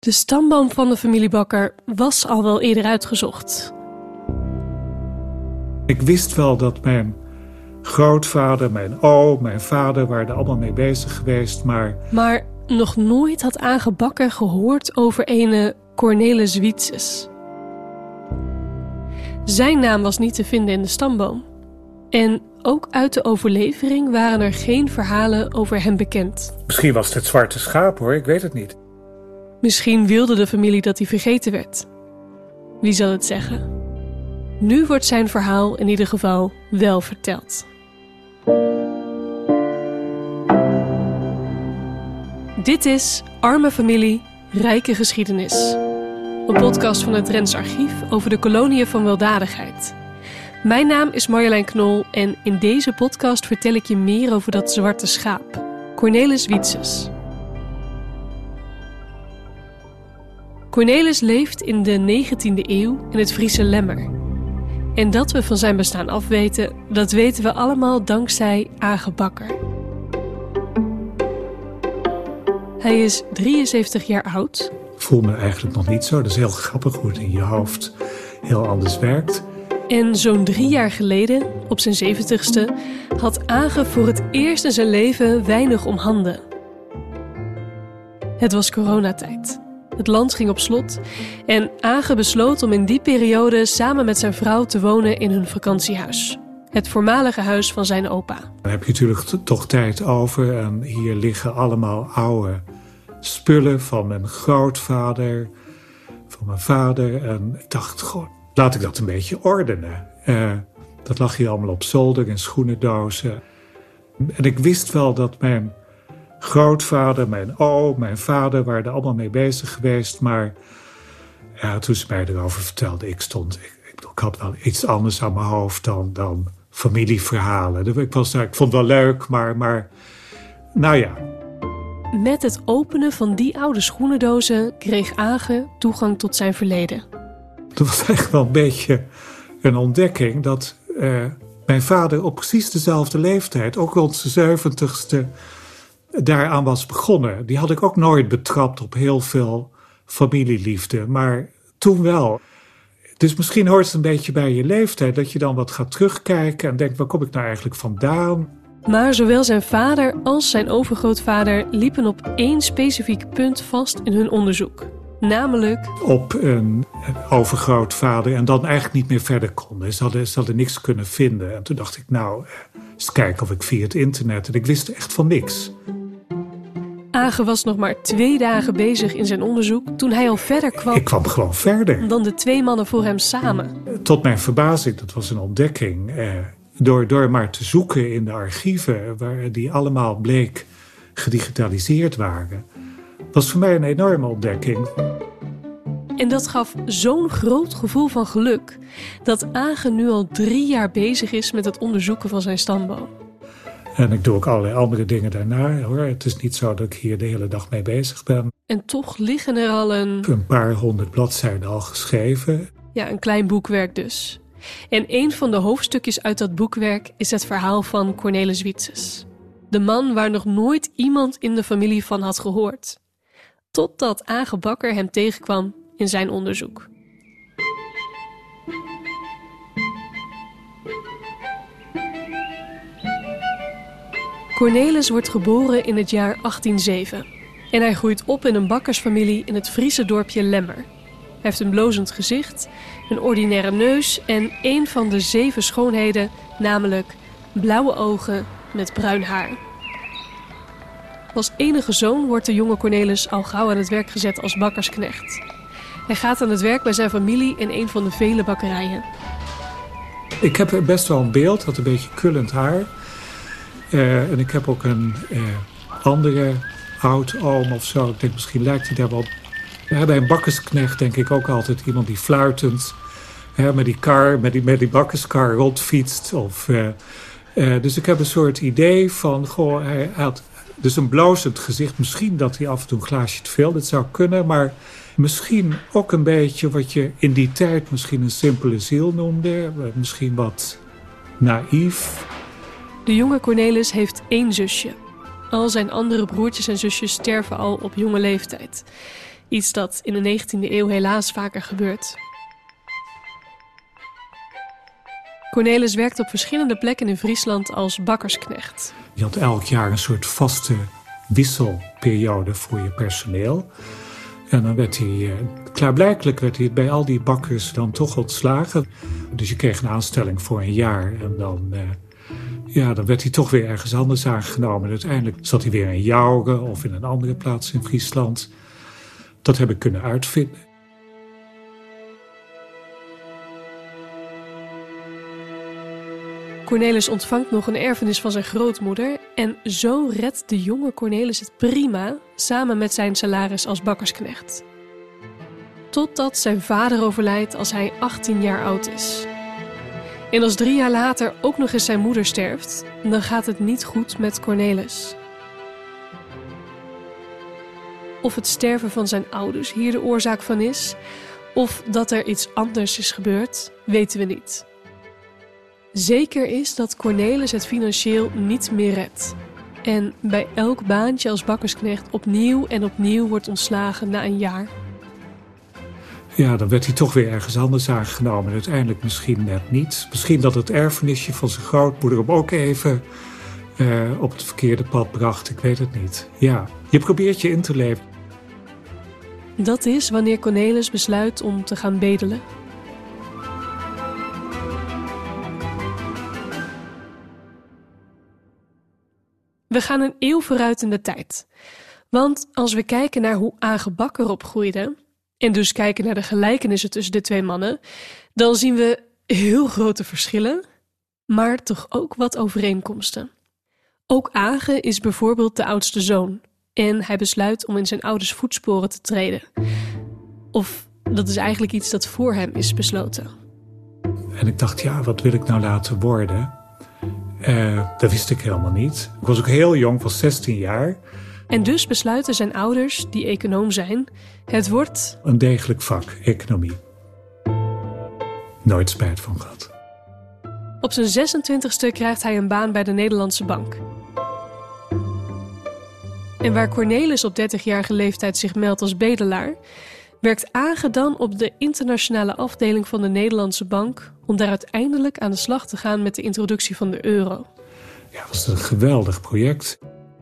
De stamboom van de familie Bakker was al wel eerder uitgezocht. Ik wist wel dat mijn grootvader, mijn oom, mijn vader waren er allemaal mee bezig geweest, Maar nog nooit had Aage Bakker gehoord over ene Cornelis Wietses. Zijn naam was niet te vinden in de stamboom. En ook uit de overlevering waren er geen verhalen over hem bekend. Misschien was het het zwarte schaap hoor, ik weet het niet. Misschien wilde de familie dat hij vergeten werd. Wie zal het zeggen? Nu wordt zijn verhaal in ieder geval wel verteld. Dit is Arme Familie, Rijke Geschiedenis. Een podcast van het Drents Archief over de koloniën van weldadigheid. Mijn naam is Marjolein Knol en in deze podcast vertel ik je meer over dat zwarte schaap, Cornelis Wietses. Cornelis leeft in de 19e eeuw in het Friese Lemmer. En dat we van zijn bestaan afweten, dat weten we allemaal dankzij Aage Bakker. Hij is 73 jaar oud. Ik voel me eigenlijk nog niet zo. Dat is heel grappig hoe het in je hoofd heel anders werkt. En zo'n 3 jaar geleden, op zijn 70ste, had Aage voor het eerst in zijn leven weinig om handen. Het was coronatijd. Het land ging op slot en Aage besloot om in die periode samen met zijn vrouw te wonen in hun vakantiehuis. Het voormalige huis van zijn opa. Dan heb je natuurlijk toch tijd over en hier liggen allemaal oude spullen van mijn grootvader, van mijn vader. En ik dacht, goh, laat ik dat een beetje ordenen. Dat lag hier allemaal op zolder in schoenendozen. En ik wist wel dat mijn grootvader, mijn oom, mijn vader waren er allemaal mee bezig geweest. Maar ja, toen ze mij erover vertelde, ik had wel iets anders aan mijn hoofd dan familieverhalen. Ik vond het wel leuk, maar nou ja. Met het openen van die oude schoenendozen kreeg Aage toegang tot zijn verleden. Dat was eigenlijk wel een beetje een ontdekking dat mijn vader op precies dezelfde leeftijd, ook rond zijn 70ste, daaraan was begonnen. Die had ik ook nooit betrapt op heel veel familieliefde, maar toen wel. Dus misschien hoort het een beetje bij je leeftijd dat je dan wat gaat terugkijken en denkt, waar kom ik nou eigenlijk vandaan? Maar zowel zijn vader als zijn overgrootvader liepen op één specifiek punt vast in hun onderzoek. Namelijk op een overgrootvader en dan eigenlijk niet meer verder konden. Ze hadden niks kunnen vinden. En toen dacht ik, nou, eens kijken of ik via het internet. En ik wist echt van niks. Aage was nog maar 2 dagen bezig in zijn onderzoek toen hij al verder kwam. Ik kwam gewoon verder. Dan de 2 mannen voor hem samen. Tot mijn verbazing, dat was een ontdekking. Door maar te zoeken in de archieven, waar die allemaal bleek gedigitaliseerd waren, was voor mij een enorme ontdekking. En dat gaf zo'n groot gevoel van geluk dat Aage nu al 3 jaar bezig is met het onderzoeken van zijn stamboom. En ik doe ook allerlei andere dingen daarna, hoor. Het is niet zo dat ik hier de hele dag mee bezig ben. En toch liggen er al een paar 100 bladzijden al geschreven. Ja, een klein boekwerk dus. En een van de hoofdstukjes uit dat boekwerk is het verhaal van Cornelis Wietses. De man waar nog nooit iemand in de familie van had gehoord. Totdat Aage Bakker hem tegenkwam in zijn onderzoek. Cornelis wordt geboren in het jaar 1807. En hij groeit op in een bakkersfamilie in het Friese dorpje Lemmer. Hij heeft een blozend gezicht, een ordinaire neus en een van de 7 schoonheden, namelijk blauwe ogen met bruin haar. Als enige zoon wordt de jonge Cornelis al gauw aan het werk gezet als bakkersknecht. Hij gaat aan het werk bij zijn familie in een van de vele bakkerijen. Ik heb best wel een beeld, had een beetje krullend haar. En ik heb ook een andere oud-oom of zo. Ik denk, misschien lijkt hij daar wel. Bij een bakkersknecht denk ik ook altijd iemand die fluitend met die kar, met die bakkerskar rondfietst. Dus ik heb een soort idee van, goh, hij had dus een blozend gezicht. Misschien dat hij af en toe een glaasje te veel, dat zou kunnen. Maar misschien ook een beetje wat je in die tijd misschien een simpele ziel noemde. Misschien wat naïef. De jonge Cornelis heeft 1 zusje. Al zijn andere broertjes en zusjes sterven al op jonge leeftijd. Iets dat in de 19e eeuw helaas vaker gebeurt. Cornelis werkt op verschillende plekken in Friesland als bakkersknecht. Je had elk jaar een soort vaste wisselperiode voor je personeel. En dan werd hij, klaarblijkelijk werd hij bij al die bakkers dan toch ontslagen. Dus je kreeg een aanstelling voor een jaar en dan werd hij toch weer ergens anders aangenomen. En uiteindelijk zat hij weer in Jouren of in een andere plaats in Friesland. Dat heb ik kunnen uitvinden. Cornelis ontvangt nog een erfenis van zijn grootmoeder en zo redt de jonge Cornelis het prima samen met zijn salaris als bakkersknecht. Totdat zijn vader overlijdt als hij 18 jaar oud is. En als 3 jaar later ook nog eens zijn moeder sterft, dan gaat het niet goed met Cornelis. Of het sterven van zijn ouders hier de oorzaak van is, of dat er iets anders is gebeurd, weten we niet. Zeker is dat Cornelis het financieel niet meer redt. En bij elk baantje als bakkersknecht opnieuw en opnieuw wordt ontslagen na een jaar. Ja, dan werd hij toch weer ergens anders aangenomen. En uiteindelijk misschien net niet. Misschien dat het erfenisje van zijn grootmoeder hem ook even op het verkeerde pad bracht. Ik weet het niet. Ja, je probeert je in te leven. Dat is wanneer Cornelis besluit om te gaan bedelen. We gaan een eeuw vooruit in de tijd. Want als we kijken naar hoe Age Bakker opgroeide, en dus kijken naar de gelijkenissen tussen de twee mannen, dan zien we heel grote verschillen, maar toch ook wat overeenkomsten. Ook Age is bijvoorbeeld de oudste zoon en hij besluit om in zijn ouders voetsporen te treden. Of dat is eigenlijk iets dat voor hem is besloten. En ik dacht, ja, wat wil ik nou laten worden? Dat wist ik helemaal niet. Ik was ook heel jong, ik was 16 jaar. En dus besluiten zijn ouders, die econoom zijn, het wordt een degelijk vak, economie. Nooit spijt van gehad. Op zijn 26e krijgt hij een baan bij de Nederlandse Bank. En waar Cornelis op 30-jarige leeftijd zich meldt als bedelaar, werkt Age dan op de internationale afdeling van de Nederlandse Bank om daar uiteindelijk aan de slag te gaan met de introductie van de euro. Ja, dat was een geweldig project.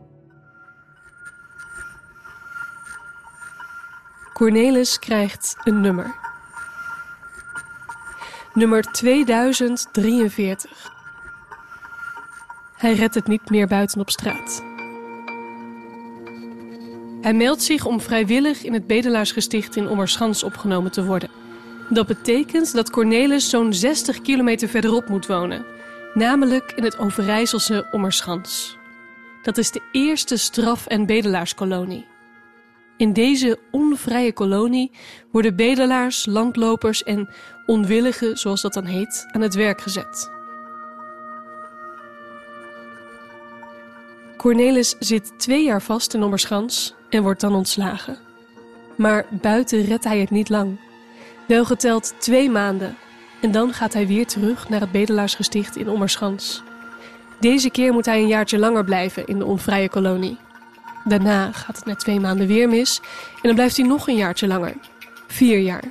Cornelis krijgt een nummer. Nummer 2043. Hij redt het niet meer buiten op straat. Hij meldt zich om vrijwillig in het bedelaarsgesticht in Ommerschans opgenomen te worden. Dat betekent dat Cornelis zo'n 60 kilometer verderop moet wonen, namelijk in het Overijsselse Ommerschans. Dat is de eerste straf- en bedelaarskolonie. In deze onvrije kolonie worden bedelaars, landlopers en onwilligen, zoals dat dan heet, aan het werk gezet. Cornelis zit 2 jaar vast in Ommerschans en wordt dan ontslagen. Maar buiten redt hij het niet lang. Wel geteld 2 maanden en dan gaat hij weer terug naar het bedelaarsgesticht in Ommerschans. Deze keer moet hij een jaartje langer blijven in de onvrije kolonie. Daarna gaat het na 2 maanden weer mis en dan blijft hij nog een jaartje langer. 4 jaar.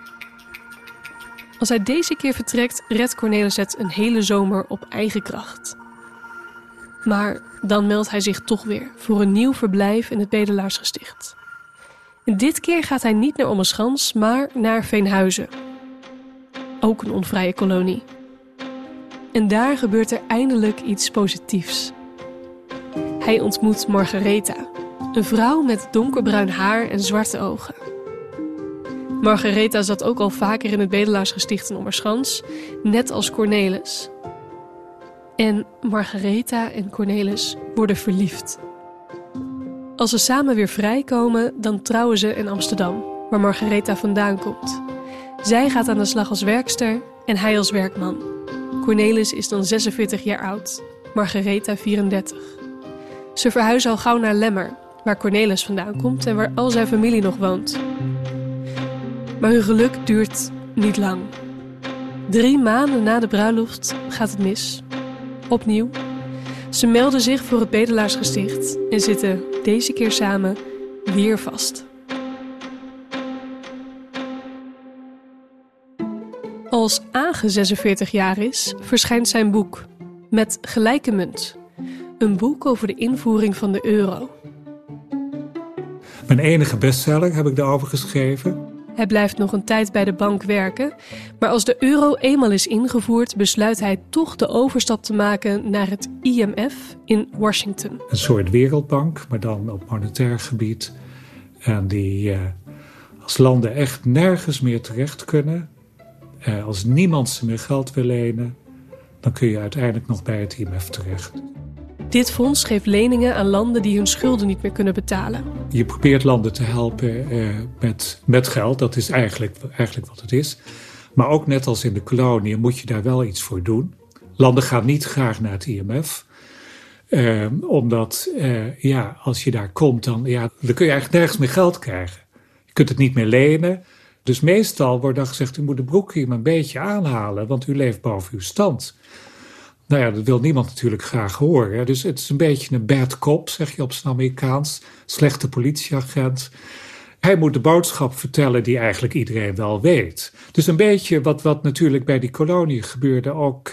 Als hij deze keer vertrekt, redt Cornelis het een hele zomer op eigen kracht. Maar dan meldt hij zich toch weer voor een nieuw verblijf in het bedelaarsgesticht. En dit keer gaat hij niet naar Ommerschans, maar naar Veenhuizen. Ook een onvrije kolonie. En daar gebeurt er eindelijk iets positiefs. Hij ontmoet Margaretha, een vrouw met donkerbruin haar en zwarte ogen. Margaretha zat ook al vaker in het bedelaarsgesticht in Ommerschans, net als Cornelis. En Margaretha en Cornelis worden verliefd. Als ze samen weer vrijkomen, dan trouwen ze in Amsterdam, waar Margaretha vandaan komt. Zij gaat aan de slag als werkster en hij als werkman. Cornelis is dan 46 jaar oud, Margaretha 34. Ze verhuizen al gauw naar Lemmer, waar Cornelis vandaan komt en waar al zijn familie nog woont. Maar hun geluk duurt niet lang. 3 maanden na de bruiloft gaat het mis. Opnieuw. Ze melden zich voor het bedelaarsgesticht en zitten deze keer samen weer vast. Als Age 46 jaar is, verschijnt zijn boek Met gelijke munt. Een boek over de invoering van de euro. Mijn enige bestseller heb ik daarover geschreven. Hij blijft nog een tijd bij de bank werken, maar als de euro eenmaal is ingevoerd, besluit hij toch de overstap te maken naar het IMF in Washington. Een soort wereldbank, maar dan op monetair gebied. En die als landen echt nergens meer terecht kunnen. Als niemand ze meer geld wil lenen, dan kun je uiteindelijk nog bij het IMF terecht. Dit fonds geeft leningen aan landen die hun schulden niet meer kunnen betalen. Je probeert landen te helpen met geld, dat is eigenlijk wat het is. Maar ook net als in de koloniën moet je daar wel iets voor doen. Landen gaan niet graag naar het IMF. Omdat als je daar komt, dan kun je eigenlijk nergens meer geld krijgen. Je kunt het niet meer lenen. Dus meestal wordt dan gezegd, u moet de broek hier maar een beetje aanhalen, want u leeft boven uw stand. Nou ja, dat wil niemand natuurlijk graag horen. Dus het is een beetje een bad cop, zeg je op zijn Amerikaans. Slechte politieagent. Hij moet de boodschap vertellen die eigenlijk iedereen wel weet. Dus een beetje wat natuurlijk bij die koloniën gebeurde ook.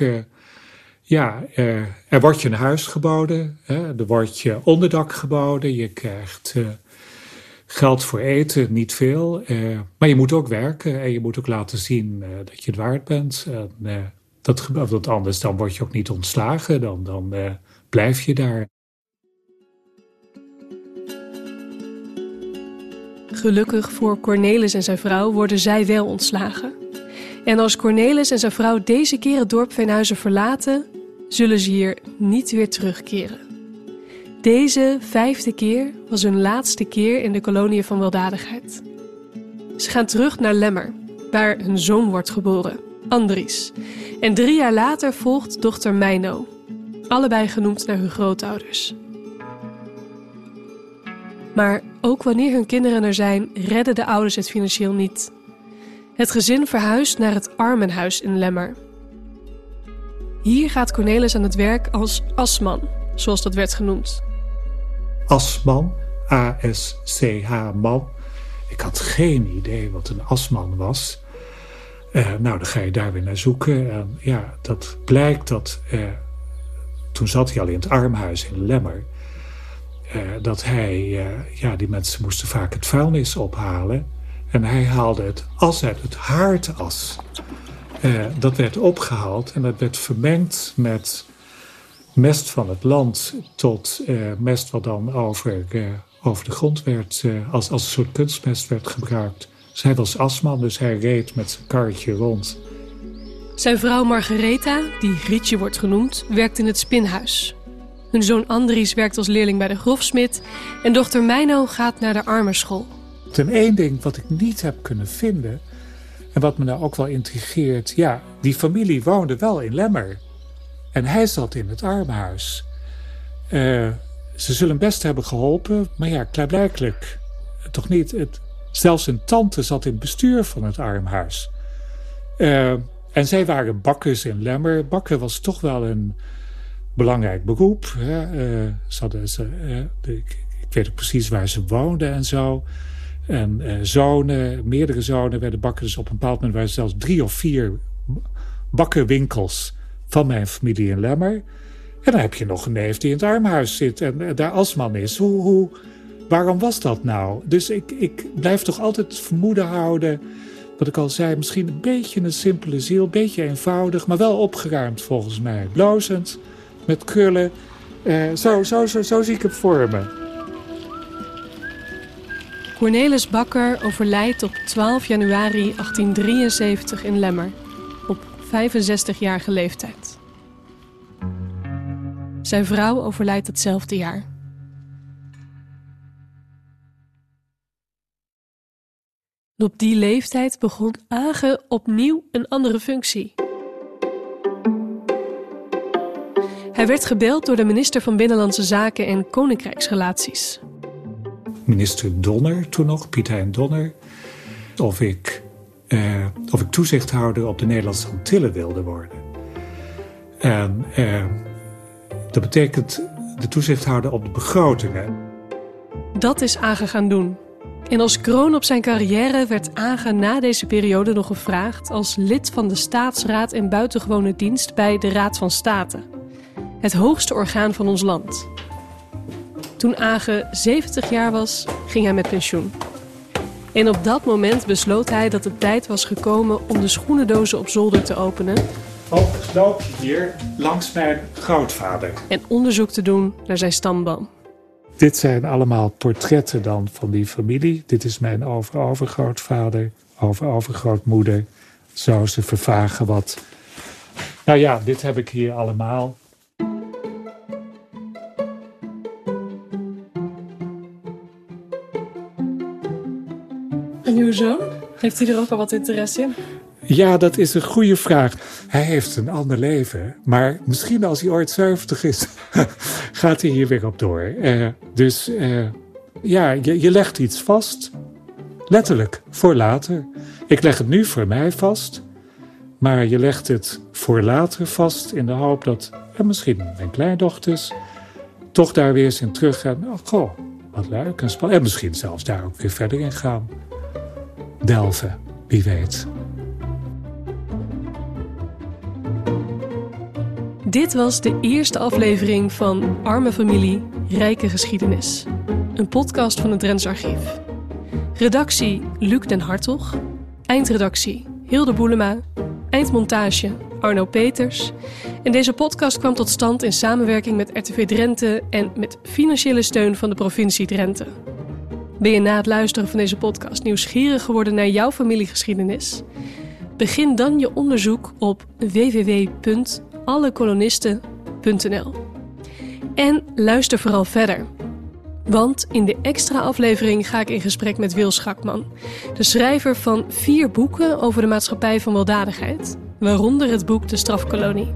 Er wordt je een huis geboden. Er wordt je onderdak geboden. Je krijgt geld voor eten, niet veel. Maar je moet ook werken en je moet ook laten zien dat je het waard bent. Dat gebeurt, want anders dan word je ook niet ontslagen. Dan blijf je daar. Gelukkig voor Cornelis en zijn vrouw worden zij wel ontslagen. En als Cornelis en zijn vrouw deze keer het dorp Veenhuizen verlaten, zullen ze hier niet weer terugkeren. Deze 5e keer was hun laatste keer in de koloniën van weldadigheid. Ze gaan terug naar Lemmer, waar hun zoon wordt geboren, Andries. En 3 jaar later volgt dochter Meino, allebei genoemd naar hun grootouders. Maar ook wanneer hun kinderen er zijn, redden de ouders het financieel niet. Het gezin verhuist naar het armenhuis in Lemmer. Hier gaat Cornelis aan het werk als asman, zoals dat werd genoemd. Asman, A-S-C-H-man. Ik had geen idee wat een asman was. Dan ga je daar weer naar zoeken. En dat blijkt dat... toen zat hij al in het armhuis in Lemmer. Dat hij... die mensen moesten vaak het vuilnis ophalen. En hij haalde het as uit het haardas. Dat werd opgehaald en dat werd vermengd met mest van het land tot mest wat dan over de grond werd, als een soort kunstmest werd gebruikt. Dus hij was asman, dus hij reed met zijn karretje rond. Zijn vrouw Margaretha, die Grietje wordt genoemd, werkt in het spinhuis. Hun zoon Andries werkt als leerling bij de grofsmid en dochter Meino gaat naar de armenschool. Ten één ding wat ik niet heb kunnen vinden en wat me nou ook wel intrigeert, die familie woonde wel in Lemmer. En hij zat in het armhuis. Ze zullen hem best hebben geholpen, maar klaarblijkelijk toch niet. Zelfs een tante zat in het bestuur van het armhuis. En zij waren bakkers in Lemmer. Bakken was toch wel een belangrijk beroep. Ik weet ook precies waar ze woonden en zo. En meerdere zonen werden bakkers. Dus op een bepaald moment waren er zelfs 3 of 4 bakkerwinkels van mijn familie in Lemmer. En dan heb je nog een neef die in het armhuis zit en daar asman is. Waarom was dat nou? Dus ik blijf toch altijd het vermoeden houden, wat ik al zei, misschien een beetje een simpele ziel, een beetje eenvoudig, maar wel opgeruimd volgens mij. Blozend, met krullen. Zo zie ik het voor me. Cornelis Bakker overlijdt op 12 januari 1873 in Lemmer, op 65-jarige leeftijd. Zijn vrouw overlijdt hetzelfde jaar. Op die leeftijd begon Age opnieuw een andere functie. Hij werd gebeld door de minister van Binnenlandse Zaken en Koninkrijksrelaties. Minister Donner toen nog, Piet Hein Donner, of ik toezichthouder op de Nederlandse Antillen wilde worden. En dat betekent de toezichthouder op de begrotingen. Dat is Age gaan doen. En als kroon op zijn carrière werd Age na deze periode nog gevraagd als lid van de Staatsraad en Buitengewone Dienst bij de Raad van State. Het hoogste orgaan van ons land. Toen Age 70 jaar was, ging hij met pensioen. En op dat moment besloot hij dat het tijd was gekomen om de schoenendozen op zolder te openen. Overigens loop je hier langs mijn grootvader. En onderzoek te doen naar zijn stamboom. Dit zijn allemaal portretten dan van die familie. Dit is mijn overovergrootvader, overovergrootmoeder. Zo ze vervagen wat. Nou ja, dit heb ik hier allemaal. En uw zoon? Heeft hij er ook al wat interesse in? Ja, dat is een goede vraag. Hij heeft een ander leven. Maar misschien als hij ooit 70 is, gaat hij hier weer op door. Je legt iets vast. Letterlijk, voor later. Ik leg het nu voor mij vast. Maar je legt het voor later vast in de hoop dat misschien mijn kleindochters toch daar weer eens in terug gaan. Oh, goh, wat leuk en spannend. En misschien zelfs daar ook weer verder in gaan. Delven, wie weet. Dit was de eerste aflevering van Arme Familie, Rijke Geschiedenis. Een podcast van het Drents Archief. Redactie Luc den Hartog. Eindredactie Hilde Boelema. Eindmontage Arno Peters. En deze podcast kwam tot stand in samenwerking met RTV Drenthe en met financiële steun van de provincie Drenthe. Ben je na het luisteren van deze podcast nieuwsgierig geworden naar jouw familiegeschiedenis? Begin dan je onderzoek op www.allekolonisten.nl. En luister vooral verder. Want in de extra aflevering ga ik in gesprek met Wil Schakman, de schrijver van 4 boeken over de maatschappij van weldadigheid, waaronder het boek De Strafkolonie.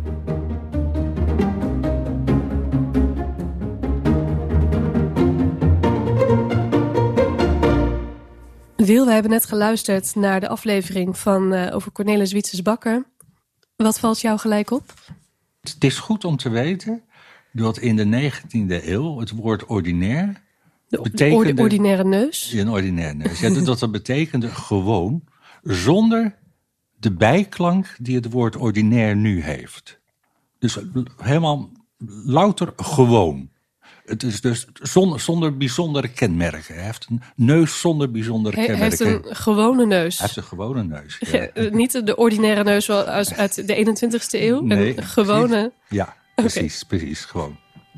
Wil, we hebben net geluisterd naar de aflevering over Cornelis Wietses Bakker. Wat valt jou gelijk op? Het is goed om te weten dat in de 19e eeuw het woord ordinair betekende... ordinaire neus? Een ordinaire neus. Ja, dat betekende gewoon zonder de bijklank die het woord ordinair nu heeft. Dus helemaal louter gewoon. Het is dus zonder bijzondere kenmerken. Hij heeft een neus zonder bijzondere kenmerken. Hij heeft een gewone neus. Hij heeft een gewone neus, ja. Niet de ordinaire neus zoals uit de 21ste eeuw. Nee, een gewone... Ja, precies, precies, gewoon.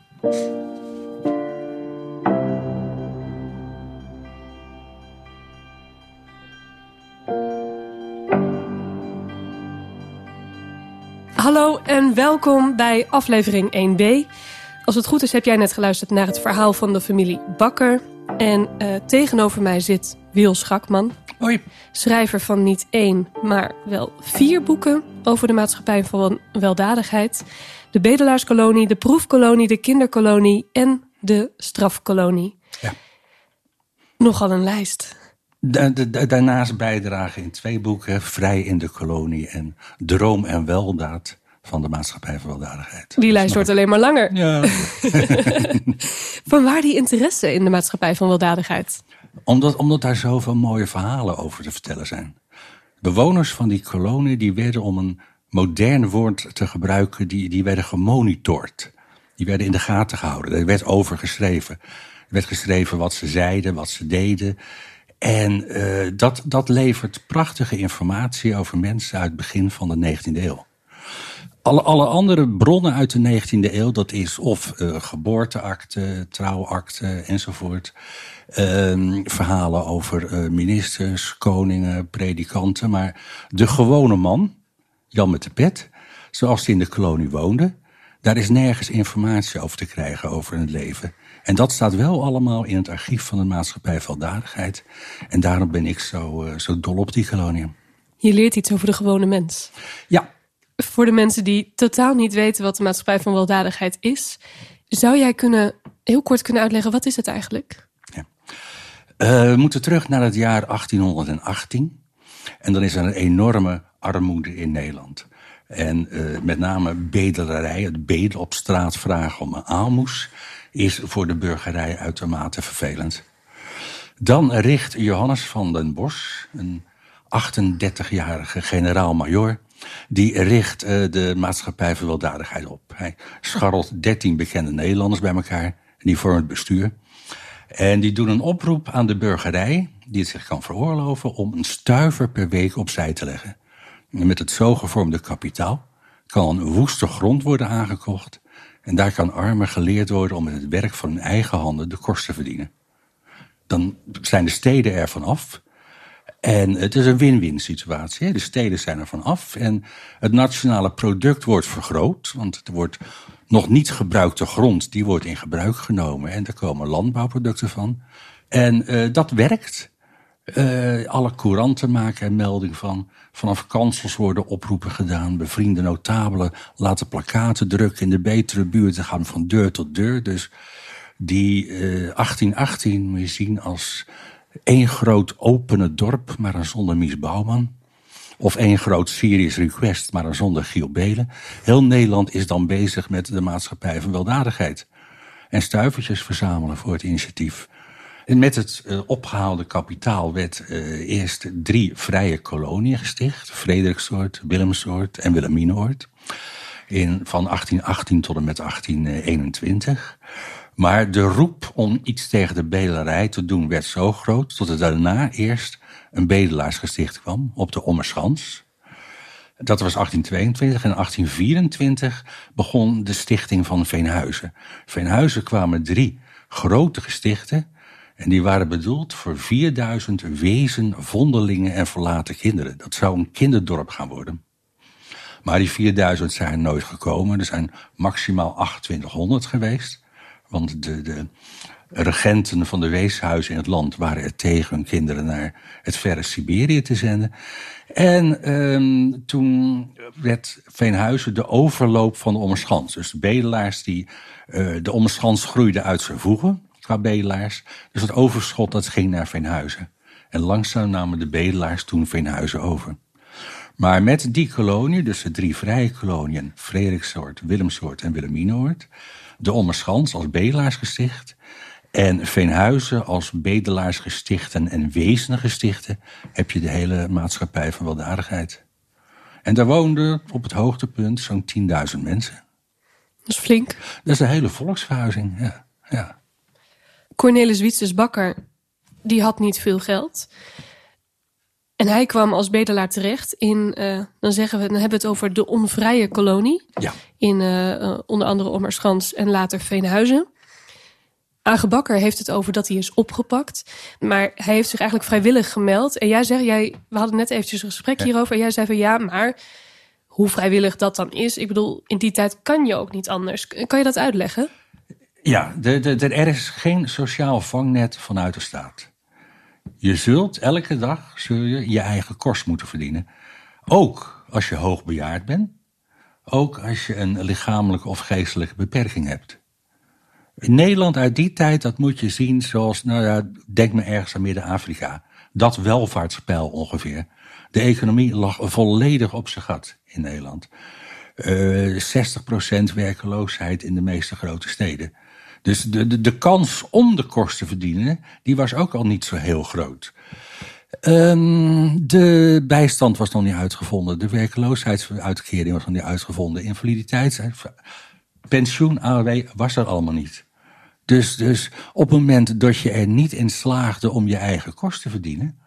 Hallo en welkom bij aflevering 1b. Als het goed is heb jij net geluisterd naar het verhaal van de familie Bakker. En tegenover mij zit Wil Schakman. Hoi. Schrijver van niet 1, maar wel 4 boeken over de maatschappij van weldadigheid. De bedelaarskolonie, de proefkolonie, de kinderkolonie en de strafkolonie. Ja. Nogal een lijst. Daarnaast bijdragen in 2 boeken, Vrij in de kolonie en Droom en weldaad van de maatschappij van weldadigheid. Die lijst wordt alleen maar langer. Ja. Vanwaar die interesse in de maatschappij van weldadigheid? Omdat daar zoveel mooie verhalen over te vertellen zijn. Bewoners van die kolonie die werden, om een modern woord te gebruiken, die werden gemonitord. Die werden in de gaten gehouden. Er werd over geschreven. Er werd geschreven wat ze zeiden, wat ze deden. En dat levert prachtige informatie over mensen uit het begin van de 19e eeuw. Alle andere bronnen uit de 19e eeuw, dat is of geboorteakte, trouwakte enzovoort. Verhalen over ministers, koningen, predikanten. Maar de gewone man, Jan met de pet, zoals hij in de kolonie woonde, daar is nergens informatie over te krijgen over het leven. En dat staat wel allemaal in het archief van de maatschappij van weldadigheid. En daarom ben ik zo dol op die kolonie. Je leert iets over de gewone mens. Ja. Voor de mensen die totaal niet weten wat de maatschappij van weldadigheid is, zou jij heel kort kunnen uitleggen, wat is het eigenlijk? Ja. We moeten terug naar het jaar 1818. En dan is er een enorme armoede in Nederland. En met name bedelarij, het bedelen op straat vragen om een aalmoes, is voor de burgerij uitermate vervelend. Dan richt Johannes van den Bosch, een 38-jarige generaal-majoor, die richt de Maatschappij voor Weldadigheid op. Hij scharrelt 13 bekende Nederlanders bij elkaar en die vormen het bestuur. En die doen een oproep aan de burgerij, die het zich kan veroorloven, om een stuiver per week opzij te leggen. En met het zo gevormde kapitaal kan een woeste grond worden aangekocht en daar kan armen geleerd worden om met het werk van hun eigen handen de kost te verdienen. Dan zijn de steden ervan af. En het is een win-win situatie. De steden zijn ervan af en het nationale product wordt vergroot. Want er wordt nog niet gebruikte grond, die wordt in gebruik genomen. En er komen landbouwproducten van. En dat werkt. Alle couranten maken er melding van. Vanaf kansels worden oproepen gedaan. Bevriende notabelen laten plakkaten drukken in de betere buurten, gaan van deur tot deur. Dus die 1818 moet je zien als één groot opene dorp, maar dan zonder Mies Bouwman. Of één groot Serious Request, maar dan zonder Giel Belen. Heel Nederland is dan bezig met de Maatschappij van Weldadigheid. En stuivertjes verzamelen voor het initiatief. En met het opgehaalde kapitaal werd eerst 3 vrije koloniën gesticht. Frederiksoord, Willemsoord en Wilhelminaoord. Van 1818 tot en met 1821. Maar de roep om iets tegen de bedelarij te doen werd zo groot, tot er daarna eerst een bedelaarsgesticht kwam op de Ommerschans. Dat was 1822 en 1824 begon de stichting van Veenhuizen. Veenhuizen kwamen 3 grote gestichten en die waren bedoeld voor 4000 wezen, vondelingen en verlaten kinderen. Dat zou een kinderdorp gaan worden. Maar die 4000 zijn nooit gekomen. Er zijn maximaal 2800 geweest. Want de regenten van de weeshuizen in het land waren er tegen hun kinderen naar het verre Siberië te zenden. En toen werd Veenhuizen de overloop van de Ommerschans. Dus de bedelaars de Ommerschans groeide uit zijn voegen qua bedelaars. Dus het overschot dat ging naar Veenhuizen. En langzaam namen de bedelaars toen Veenhuizen over. Maar met die kolonie, dus de 3 vrije koloniën, Frederiksoord, Willemsoord en Wilhelminaoord, de Ommerschans als bedelaarsgesticht en Veenhuizen als bedelaarsgestichten en wezenengestichten, heb je de hele Maatschappij van Weldadigheid. En daar woonden op het hoogtepunt zo'n 10.000 mensen. Dat is flink. Dat is een hele volksverhuizing, ja. Cornelis Wietses Bakker, die had niet veel geld. En hij kwam als bedelaar terecht in, dan hebben we het over de onvrije kolonie. Ja. In onder andere Ommerschans en later Veenhuizen. Age Bakker heeft het over dat hij is opgepakt. Maar hij heeft zich eigenlijk vrijwillig gemeld. En jij zegt, we hadden net eventjes een gesprek hierover. En jij zei van ja, maar hoe vrijwillig dat dan is. Ik bedoel, in die tijd kan je ook niet anders. Kan je dat uitleggen? Ja, er is geen sociaal vangnet vanuit de staat. Je zult elke dag je eigen kost moeten verdienen. Ook als je hoogbejaard bent. Ook als je een lichamelijke of geestelijke beperking hebt. In Nederland uit die tijd, dat moet je zien zoals, denk maar ergens aan Midden-Afrika. Dat welvaartspeil ongeveer. De economie lag volledig op zijn gat in Nederland. 60% werkeloosheid in de meeste grote steden. Dus de kans om de kost te verdienen, die was ook al niet zo heel groot. De bijstand was nog niet uitgevonden. De werkloosheidsuitkering was nog niet uitgevonden. Invaliditeits, pensioen, AOW was er allemaal niet. Dus op het moment dat je er niet in slaagde om je eigen kost te verdienen,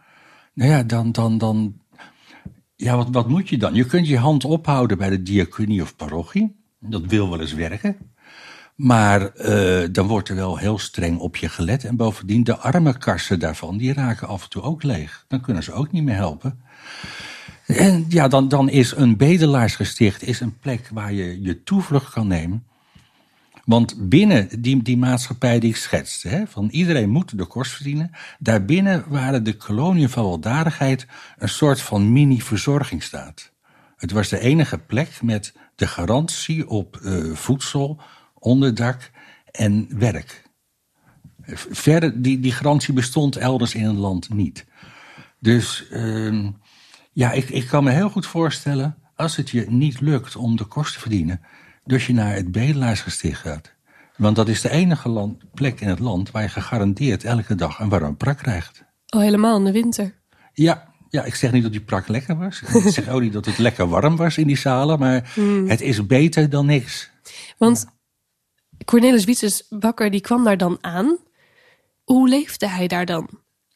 wat moet je dan? Je kunt je hand ophouden bij de diaconie of parochie. Dat wil wel eens werken. Maar dan wordt er wel heel streng op je gelet. En bovendien, de armenkassen daarvan, die raken af en toe ook leeg. Dan kunnen ze ook niet meer helpen. En ja, dan is een bedelaarsgesticht een plek waar je je toevlucht kan nemen. Want binnen die maatschappij die ik schetste, van iedereen moet de kost verdienen, daarbinnen waren de koloniën van weldadigheid een soort van mini-verzorgingsstaat. Het was de enige plek met de garantie op voedsel, onderdak en werk. Verder, die garantie bestond elders in het land niet. Dus ik kan me heel goed voorstellen, als het je niet lukt om de kost te verdienen, dat je naar het bedelaarsgesticht gaat. Want dat is de enige plek in het land waar je gegarandeerd elke dag een warme prak krijgt. Oh, helemaal in de winter. Ja, ik zeg niet dat die prak lekker was. Ik zeg ook niet dat het lekker warm was in die zalen. Maar het is beter dan niks. Want Cornelis Wietses Bakker, die kwam daar dan aan. Hoe leefde hij daar dan?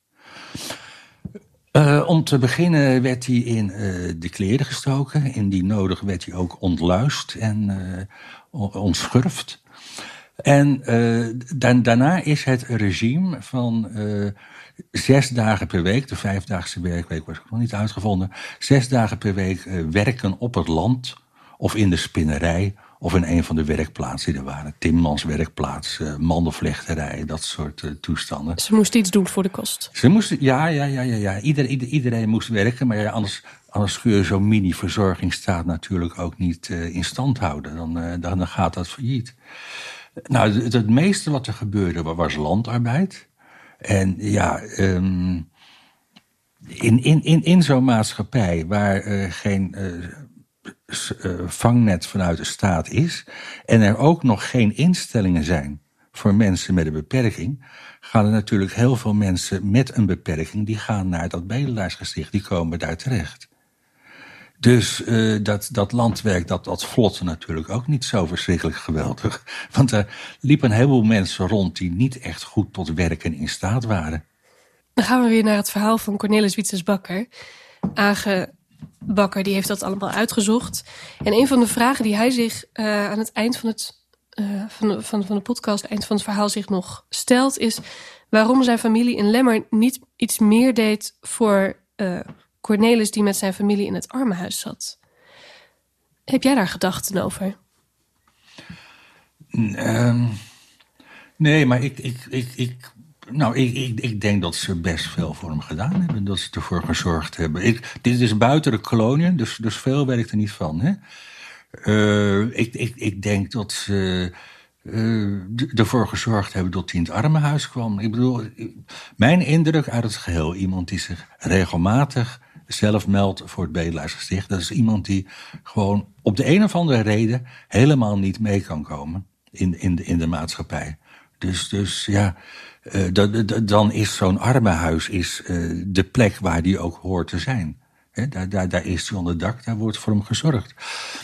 Om te beginnen werd hij in de kleren gestoken. Indien nodig werd hij ook ontluist en ontschurft. En daarna is het regime van 6 dagen per week, de 5-daagse werkweek was nog niet uitgevonden, 6 dagen per week werken op het land of in de spinnerij of in een van de werkplaatsen die er waren. Timmermanswerkplaats, mandelvlechterij, dat soort toestanden. Ze moesten iets doen voor de kost. Ze moesten, ja. Iedereen moest werken, maar ja, anders kun je zo'n mini-verzorgingsstaat natuurlijk ook niet in stand houden. Dan gaat dat failliet. Nou, het meeste wat er gebeurde was landarbeid. En ja, in zo'n maatschappij waar geen vangnet vanuit de staat is en er ook nog geen instellingen zijn voor mensen met een beperking, gaan er natuurlijk heel veel mensen met een beperking, die gaan naar dat bedelaarsgesticht, die komen daar terecht. Dus dat landwerk, dat vlotte natuurlijk ook niet zo verschrikkelijk geweldig. Want er liepen een heleboel mensen rond die niet echt goed tot werken in staat waren. Dan gaan we weer naar het verhaal van Cornelis Wietses Bakker. Age Bakker, die heeft dat allemaal uitgezocht. En een van de vragen die hij zich aan het eind van de podcast, eind van het verhaal zich nog stelt, is waarom zijn familie in Lemmer niet iets meer deed voor Cornelis die met zijn familie in het armenhuis zat. Heb jij daar gedachten over? Nee, maar ik denk dat ze best veel voor hem gedaan hebben. Dat ze ervoor gezorgd hebben. Dit is buiten de koloniën, dus veel weet ik er niet van. Hè? Ik denk dat ze ervoor gezorgd hebben dat hij in het armenhuis kwam. Ik bedoel, mijn indruk uit het geheel, iemand die zich regelmatig zelf meldt voor het bedelaarsgesticht, dat is iemand die gewoon op de een of andere reden helemaal niet mee kan komen in de maatschappij. Dus ja, dan is zo'n armenhuis de plek waar die ook hoort te zijn. He, daar is hij onder dak, daar wordt voor hem gezorgd.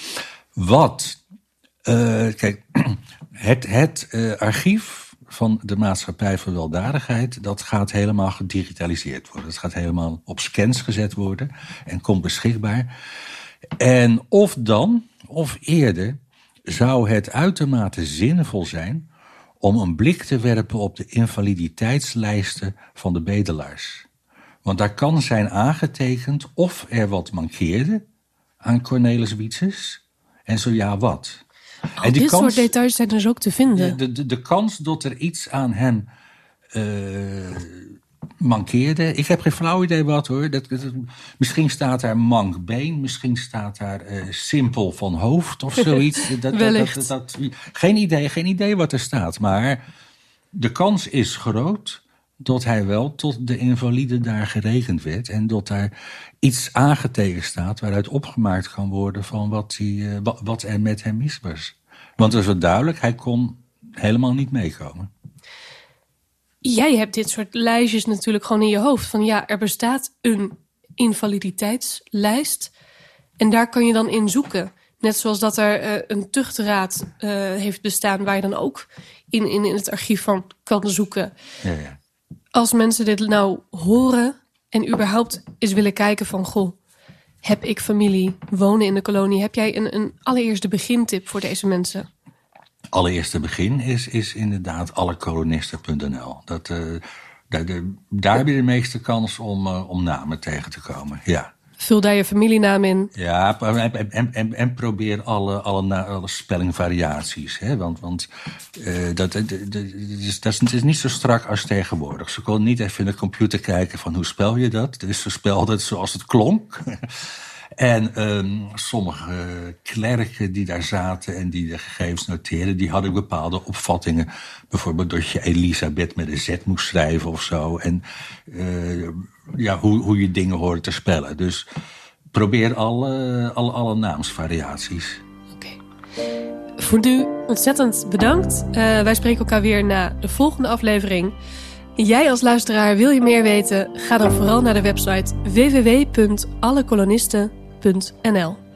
Kijk, het archief van de Maatschappij voor Weldadigheid, dat gaat helemaal gedigitaliseerd worden. Dat gaat helemaal op scans gezet worden en komt beschikbaar. En of eerder, zou het uitermate zinvol zijn om een blik te werpen op de invaliditeitslijsten van de bedelaars. Want daar kan zijn aangetekend of er wat mankeerde aan Cornelis Wietses, en zo ja, wat. En dit soort details zijn dus ook te vinden. De kans dat er iets aan hem mankeerde, ik heb geen flauw idee wat hoor. Misschien staat daar mank been, misschien staat daar simpel van hoofd of zoiets. Geen idee wat er staat. Maar de kans is groot dat hij wel tot de invalide daar gerekend werd. En dat daar iets aangetekend staat waaruit opgemaakt kan worden van wat er met hem mis was. Want het is wel duidelijk, hij kon helemaal niet meekomen. Jij hebt dit soort lijstjes natuurlijk gewoon in je hoofd. Van ja, er bestaat een invaliditeitslijst. En daar kan je dan in zoeken. Net zoals dat er een tuchtraad heeft bestaan, waar je dan ook in het archief van kan zoeken. Ja. Als mensen dit nou horen en überhaupt eens willen kijken van, goh, heb ik familie, wonen in de kolonie? Heb jij een allereerste begintip voor deze mensen? Allereerste begin is inderdaad allekolonisten.nl. Daar heb je de meeste kans om namen tegen te komen, ja. Vul daar je familienaam in. Ja, en probeer alle spellingvariaties. Hè? Want het is niet zo strak als tegenwoordig. Ze kon niet even in de computer kijken van hoe spel je dat. Dus ze spelde het zoals het klonk. En sommige klerken die daar zaten en die de gegevens noteerden, die hadden bepaalde opvattingen. Bijvoorbeeld dat je Elisabeth met een Z moest schrijven of zo. En hoe je dingen hoort te spellen. Dus probeer alle naamsvariaties. Oké. Voor nu Ontzettend bedankt. Wij spreken elkaar weer na de volgende aflevering. Jij als luisteraar, wil je meer weten? Ga dan vooral naar de website www.allekolonisten.nl.